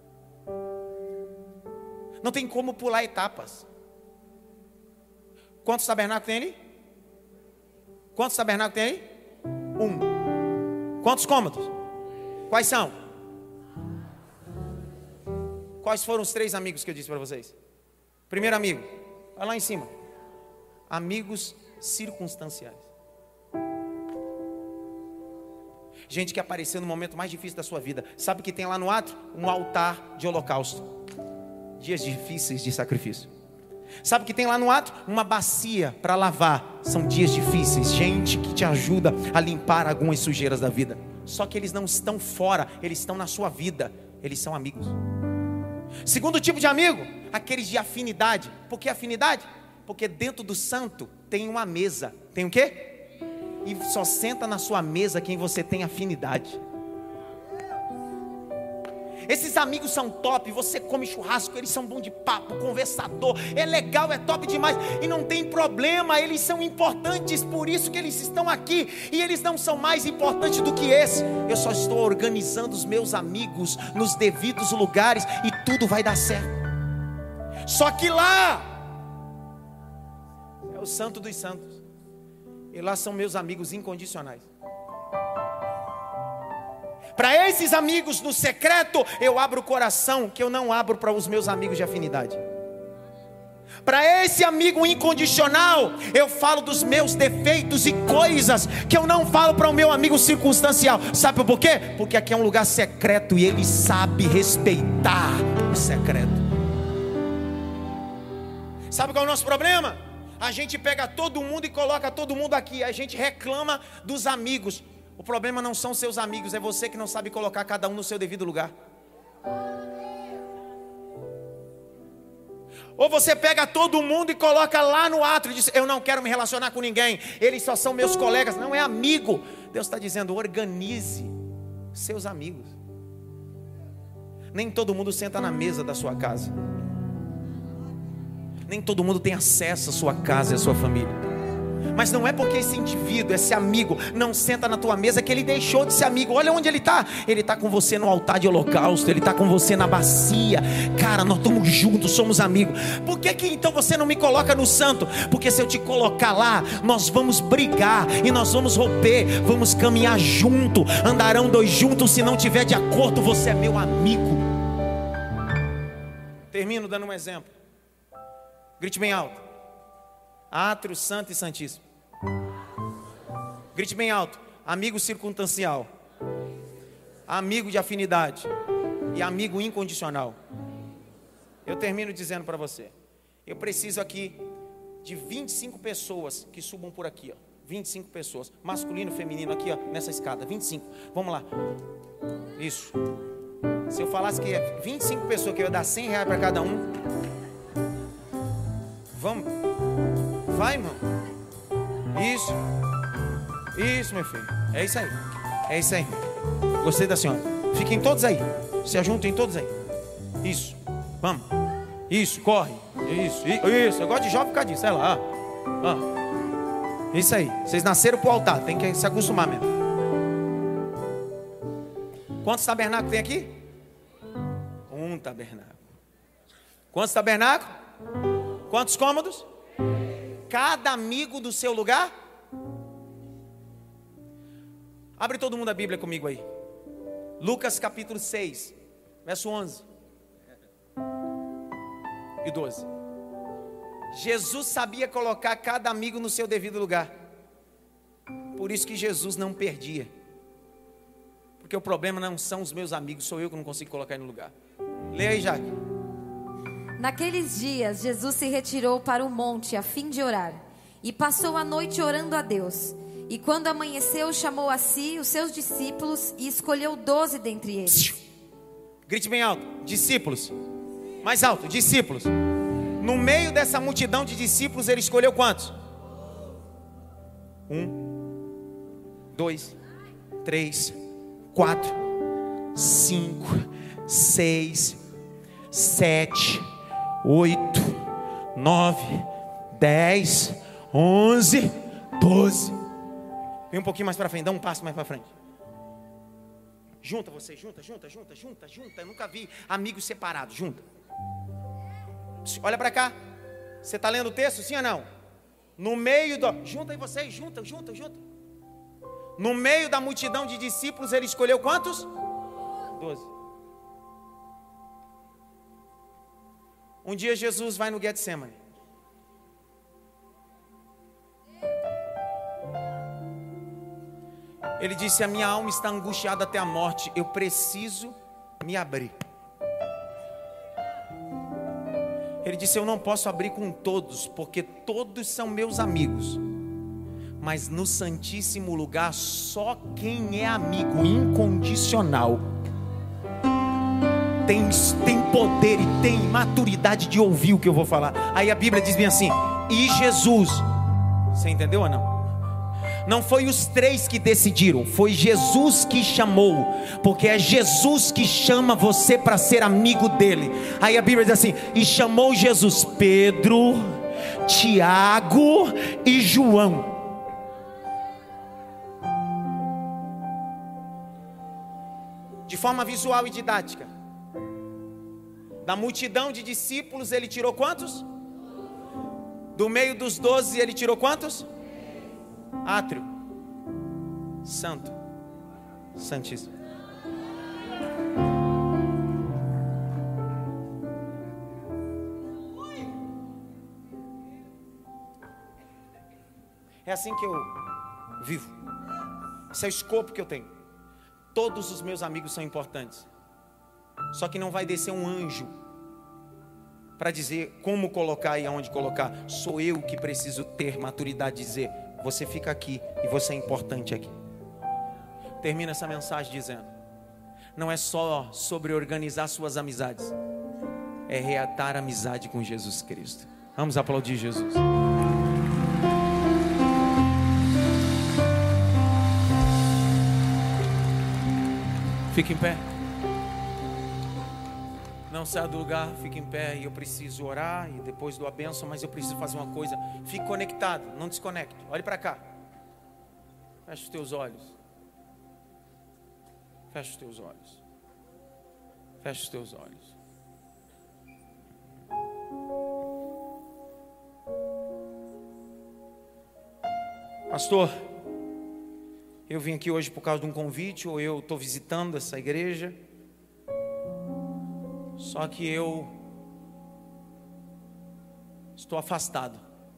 Não tem como pular etapas. Quantos tabernáculos tem ali? Quantos tabernáculos tem aí? Um. Quantos cômodos? Quais são? Quais foram os três amigos que eu disse para vocês? Primeiro amigo, vai lá em cima. Amigos circunstanciais. Gente que apareceu no momento mais difícil da sua vida. Sabe o que tem lá no átrio? Um altar de holocausto. Dias difíceis de sacrifício. Sabe o que tem lá no átrio? Uma bacia para lavar. São dias difíceis. Gente que te ajuda a limpar algumas sujeiras da vida. Só que eles não estão fora, eles estão na sua vida. Eles são amigos. Segundo tipo de amigo, aqueles de afinidade. Por que afinidade? Porque dentro do santo tem uma mesa. Tem o quê? E só senta na sua mesa quem você tem afinidade. Esses amigos são top, você come churrasco, eles são bom de papo, conversador, é legal, é top demais, e não tem problema, eles são importantes, por isso que eles estão aqui, e eles não são mais importantes do que esse. Eu só estou organizando os meus amigos nos devidos lugares, e tudo vai dar certo. Só que lá é o santo dos santos, e lá são meus amigos incondicionais. Para esses amigos no secreto, eu abro o coração que eu não abro para os meus amigos de afinidade. Para esse amigo incondicional, eu falo dos meus defeitos e coisas que eu não falo para o meu amigo circunstancial. Sabe por quê? Porque aqui é um lugar secreto e ele sabe respeitar o secreto. Sabe qual é o nosso problema? A gente pega todo mundo e coloca todo mundo aqui. A gente reclama dos amigos. O problema não são seus amigos, é você que não sabe colocar cada um no seu devido lugar. Ou você pega todo mundo e coloca lá no átrio e diz: eu não quero me relacionar com ninguém, eles só são meus colegas. Não é amigo. Deus está dizendo: organize seus amigos. Nem todo mundo senta na mesa da sua casa. Nem todo mundo tem acesso à sua casa e à sua família. Mas não é porque esse indivíduo, esse amigo não senta na tua mesa que ele deixou de ser amigo. Olha onde ele está. Ele está com você no altar de holocausto. Ele está com você na bacia. Cara, nós estamos juntos, somos amigos. Por que que então você não me coloca no santo? Porque se eu te colocar lá, nós vamos brigar e nós vamos romper. Vamos caminhar junto. Andarão dois juntos. Se não tiver de acordo, você é meu amigo. Termino dando um exemplo. Grite bem alto. Átrio, santo e santíssimo. Grite bem alto. Amigo circunstancial, amigo de afinidade e amigo incondicional. Eu termino dizendo para você: eu preciso aqui de vinte e cinco pessoas que subam por aqui, ó. vinte e cinco pessoas, masculino, feminino, aqui, ó, nessa escada, vinte e cinco. Vamos lá. Isso. Se eu falasse que é vinte e cinco pessoas, que eu ia dar cem reais para cada um. Vamos. Vai, irmão. Isso. Isso, meu filho. É isso aí. É isso aí. Gostei da senhora. Fiquem todos aí. Se ajuntem todos aí. Isso. Vamos. Isso, corre. Isso, isso. Eu gosto de jovem por causa disso. Sei lá. Ah. Isso aí. Vocês nasceram pro altar. Tem que se acostumar mesmo. Quantos tabernáculos tem aqui? Um tabernáculo. Quantos tabernáculos? Quantos cômodos? Cada amigo do seu lugar. Abre todo mundo a Bíblia comigo aí. Lucas capítulo seis. Verso onze e doze. Jesus sabia colocar cada amigo no seu devido lugar. Por isso que Jesus não perdia. Porque o problema não são os meus amigos, sou eu que não consigo colocar ele no lugar. Leia aí, Jaque. Naqueles dias, Jesus se retirou para o monte a fim de orar. E passou a noite orando a Deus. E quando amanheceu, chamou a si os seus discípulos e escolheu doze dentre eles. Grite bem alto, discípulos. Mais alto, discípulos. No meio dessa multidão de discípulos, ele escolheu quantos? Um, dois, três, quatro, cinco, seis, sete, oito, nove, dez, onze, doze. Vem um pouquinho mais para frente, dá um passo mais para frente. Junta você, junta, junta, junta, junta, junta. Eu nunca vi amigos separados, junta. Olha para cá. Você está lendo o texto, sim ou não? No meio do... Junta aí vocês, junta, junta, junta. No meio da multidão de discípulos, ele escolheu quantos? Doze. Um dia Jesus vai no Getsemane. Ele disse: a minha alma está angustiada até a morte, eu preciso me abrir. Ele disse: eu não posso abrir com todos, porque todos são meus amigos. Mas no Santíssimo Lugar, só quem é amigo incondicional tem, tem poder e tem maturidade de ouvir o que eu vou falar. Aí a Bíblia diz bem assim: e Jesus, você entendeu ou não? Não foi os três que decidiram, foi Jesus que chamou, porque é Jesus que chama você para ser amigo dele. Aí a Bíblia diz assim: e chamou Jesus Pedro, Tiago e João. De forma visual e didática, da multidão de discípulos ele tirou quantos? Do meio dos doze ele tirou quantos? Átrio, santo, santíssimo. É assim que eu vivo. Esse é o escopo que eu tenho. Todos os meus amigos são importantes. Só que não vai descer um anjo para dizer como colocar e aonde colocar. Sou eu que preciso ter maturidade de dizer: você fica aqui e você é importante aqui. Termina essa mensagem dizendo: não é só sobre organizar suas amizades, é reatar amizade com Jesus Cristo. Vamos aplaudir Jesus. Fique em pé. Não saia do lugar, fique em pé. E eu preciso orar e depois dou a bênção, mas eu preciso fazer uma coisa. Fique conectado, não desconecte. Olhe para cá. Feche os teus olhos. Feche os teus olhos. Feche os teus olhos. Pastor, eu vim aqui hoje por causa de um convite, ou eu estou visitando essa igreja. Só que eu estou afastado.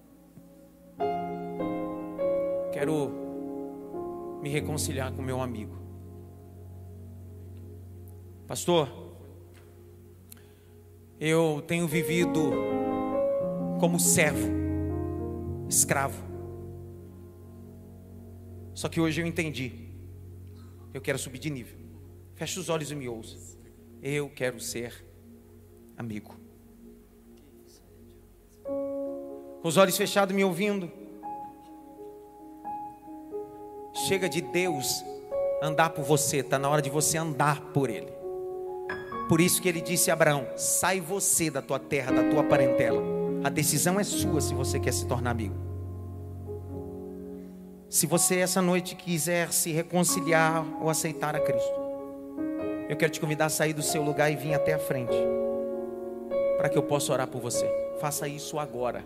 Quero me reconciliar com meu amigo. Pastor, eu tenho vivido como servo, escravo. Só que hoje eu entendi. Eu quero subir de nível. Feche os olhos e me ouça. Eu quero ser amigo. Com os olhos fechados, me ouvindo. Chega de Deus andar por você. Está na hora de você andar por Ele. Por isso que Ele disse a Abraão: sai você da tua terra, da tua parentela. A decisão é sua se você quer se tornar amigo. Se você essa noite quiser se reconciliar ou aceitar a Cristo, eu quero te convidar a sair do seu lugar e vir até a frente, para que eu possa orar por você. Faça isso agora.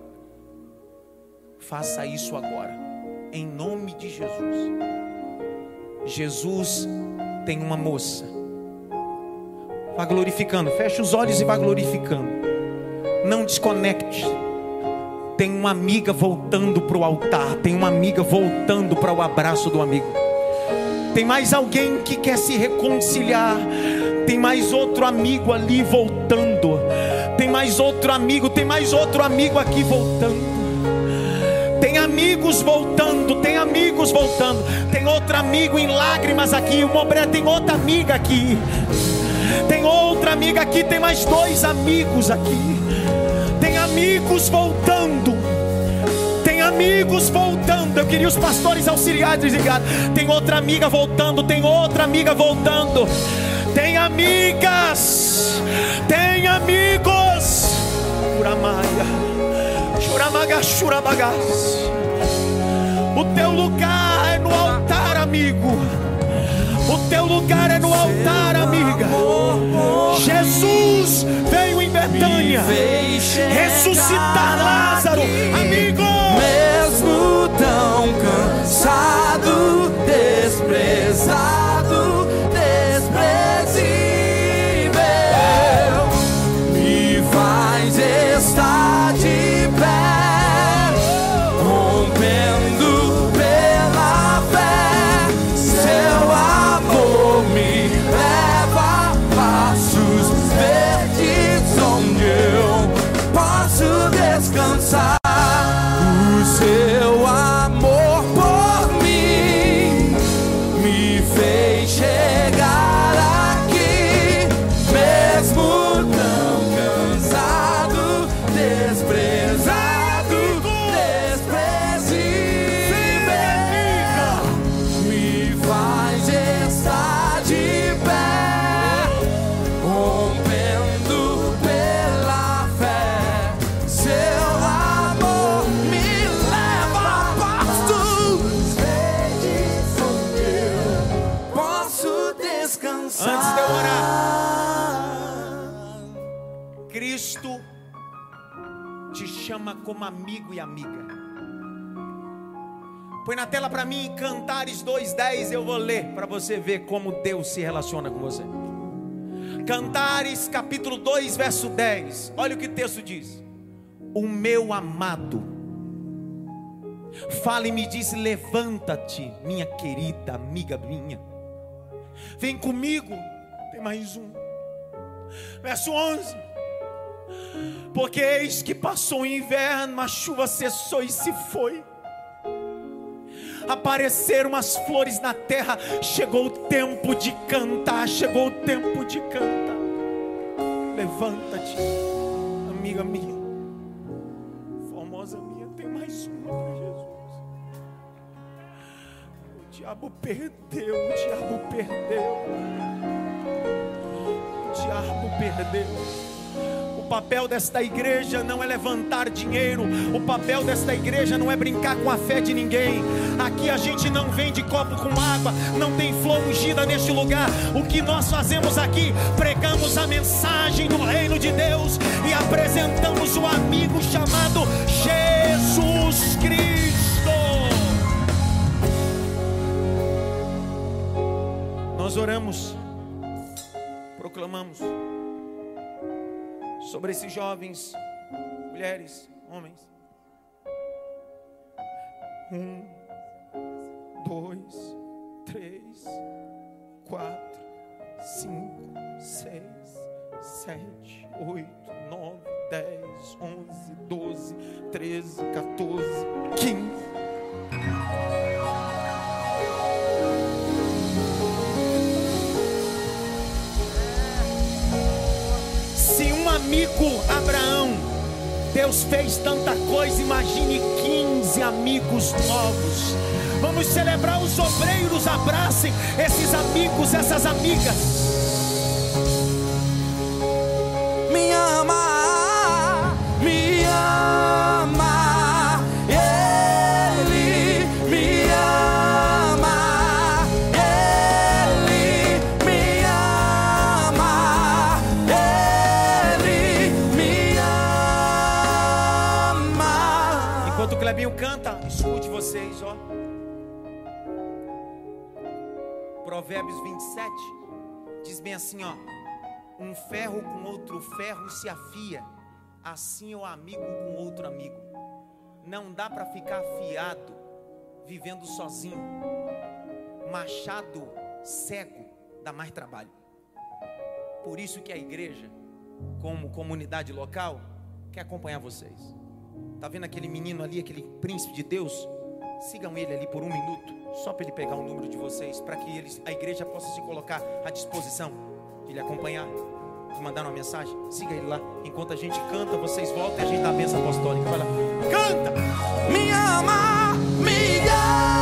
Faça isso agora, em nome de Jesus. Jesus tem uma moça. Vá glorificando, fecha os olhos e vá glorificando. Não desconecte. Tem uma amiga voltando para o altar. Tem uma amiga voltando para o abraço do amigo. Tem mais alguém que quer se reconciliar. Tem mais outro amigo ali voltando. Tem mais outro amigo. Tem mais outro amigo aqui voltando. Tem amigos voltando. Tem amigos voltando. Tem outro amigo em lágrimas aqui. O Mobré tem outra amiga aqui. Tem outra amiga aqui. Tem mais dois amigos aqui. Tem amigos voltando. Tem amigos voltando. Eu queria os pastores auxiliares ligados. Tem outra amiga voltando. Tem outra amiga voltando. Tem amigas. Tem amigos. Churamaia. Churamaga, churabagas. O teu lugar é no altar, amigo. O teu lugar é no altar, amiga. Jesus veio em Betânia ressuscitar Lázaro, amigo. Mesmo tão cansado, desprezado, desprezível, me faz estar de pé, rompendo pela fé. Seu amor me leva a passos verdes onde eu posso descansar. O seu amor por mim me fez chegar aqui, mesmo tão cansado, desprezado, desprezível, me faz estar de pé, rompendo pela fé. Seu amor me leva a pastos verdes onde eu posso descansar. Antes de eu orar, Cristo te chama como amigo e amiga. Põe na tela para mim Cantares dois, dez. Eu vou ler para você ver como Deus se relaciona com você. Cantares capítulo dois, verso dez. Olha o que o texto diz. O meu amado fala e me diz: levanta-te, minha querida amiga minha, vem comigo. Tem mais um. Verso onze. Porque eis que passou o inverno, a chuva cessou e se foi. Apareceram as flores na terra. Chegou o tempo de cantar. Chegou o tempo de cantar. Levanta-te, amiga minha, formosa minha. Tem mais uma para Jesus. O diabo perdeu. O diabo perdeu. O diabo perdeu. O papel desta igreja não é levantar dinheiro. O papel desta igreja não é brincar com a fé de ninguém. Aqui a gente não vende copo com água. Não tem flor ungida neste lugar. O que nós fazemos aqui? Pregamos a mensagem do reino de Deus e apresentamos o amigo chamado Jesus Cristo. Nós oramos, proclamamos sobre esses jovens, mulheres, homens. Um, dois, três, quatro, cinco, seis, sete, oito, nove, dez, onze, doze, treze, quatorze, quinze. Amigo Abraão, Deus fez tanta coisa. Imagine quinze amigos novos. Vamos celebrar. Os obreiros abracem esses amigos, essas amigas. Me ama, me ama, Ele me ama, Ele me ama, Ele me ama. Enquanto o Clebinho canta, escute vocês, ó. Provérbios vinte e sete diz bem assim, ó: Um ferro com outro ferro se afia. Assim é o amigo com outro amigo. Não dá para ficar afiado vivendo sozinho. Machado cego dá mais trabalho. Por isso que a igreja, como comunidade local, quer acompanhar vocês. Tá vendo aquele menino ali, aquele príncipe de Deus? Sigam ele ali por um minuto, só para ele pegar o número de vocês, para que eles, a igreja possa se colocar à disposição de lhe acompanhar, de mandar uma mensagem. Siga ele lá, enquanto a gente canta, vocês voltam e a gente dá a bênção apostólica. Vai lá, canta! Me ama, me ama.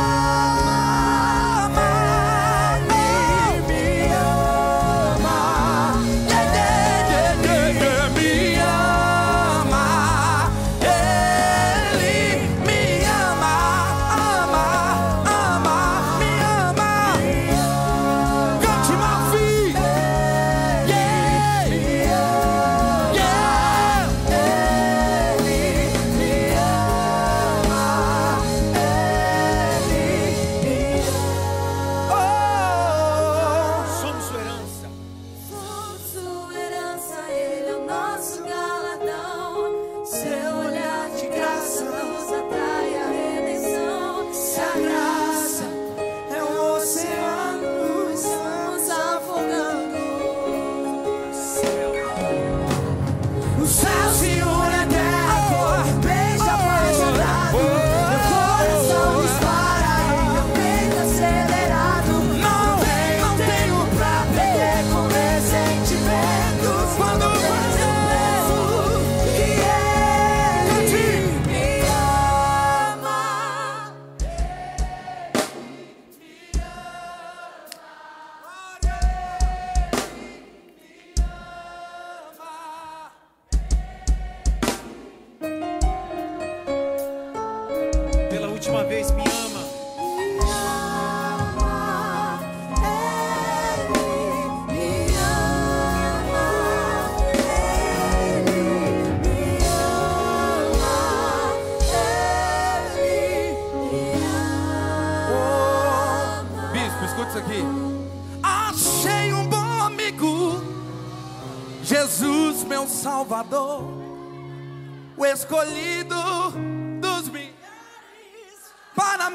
Jesus, meu Salvador, o escolhido dos milhares para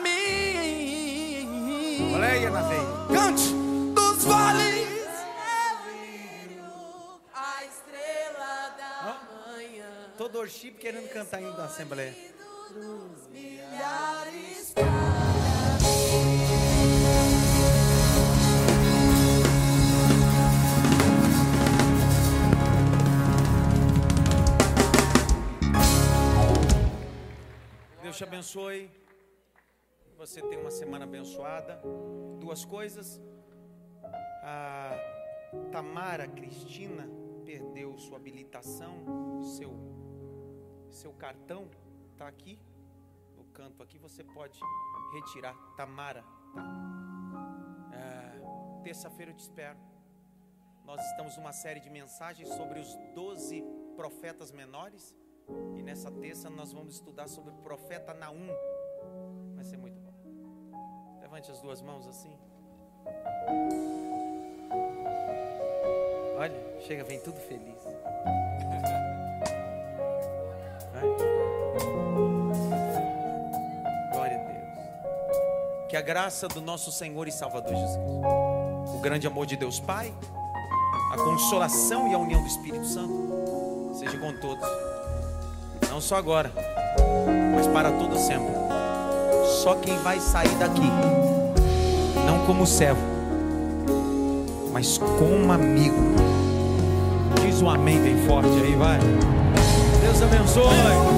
mim. Olha na veia. Cante dos vales, a estrela da manhã. Todo worship querendo cantar indo da Assembleia. Dos milhares Deus te abençoe. Você tem uma semana abençoada. Duas coisas. A Tamara Cristina perdeu sua habilitação, seu, seu cartão está aqui no canto aqui. Você pode retirar, Tamara. Tá? É, terça-feira eu te espero. Nós estamos numa série de mensagens sobre os doze profetas menores. E nessa terça nós vamos estudar sobre o profeta Naum. Vai ser muito bom. Levante as duas mãos assim. Olha, chega, vem tudo feliz. Glória a Deus. Que a graça do nosso Senhor e Salvador Jesus Cristo, o grande amor de Deus Pai, a consolação e a união do Espírito Santo seja com todos. Não só agora, mas para todo sempre. Só quem vai sair daqui, não como servo, mas como amigo. Diz um amém bem forte aí, vai. Deus abençoe.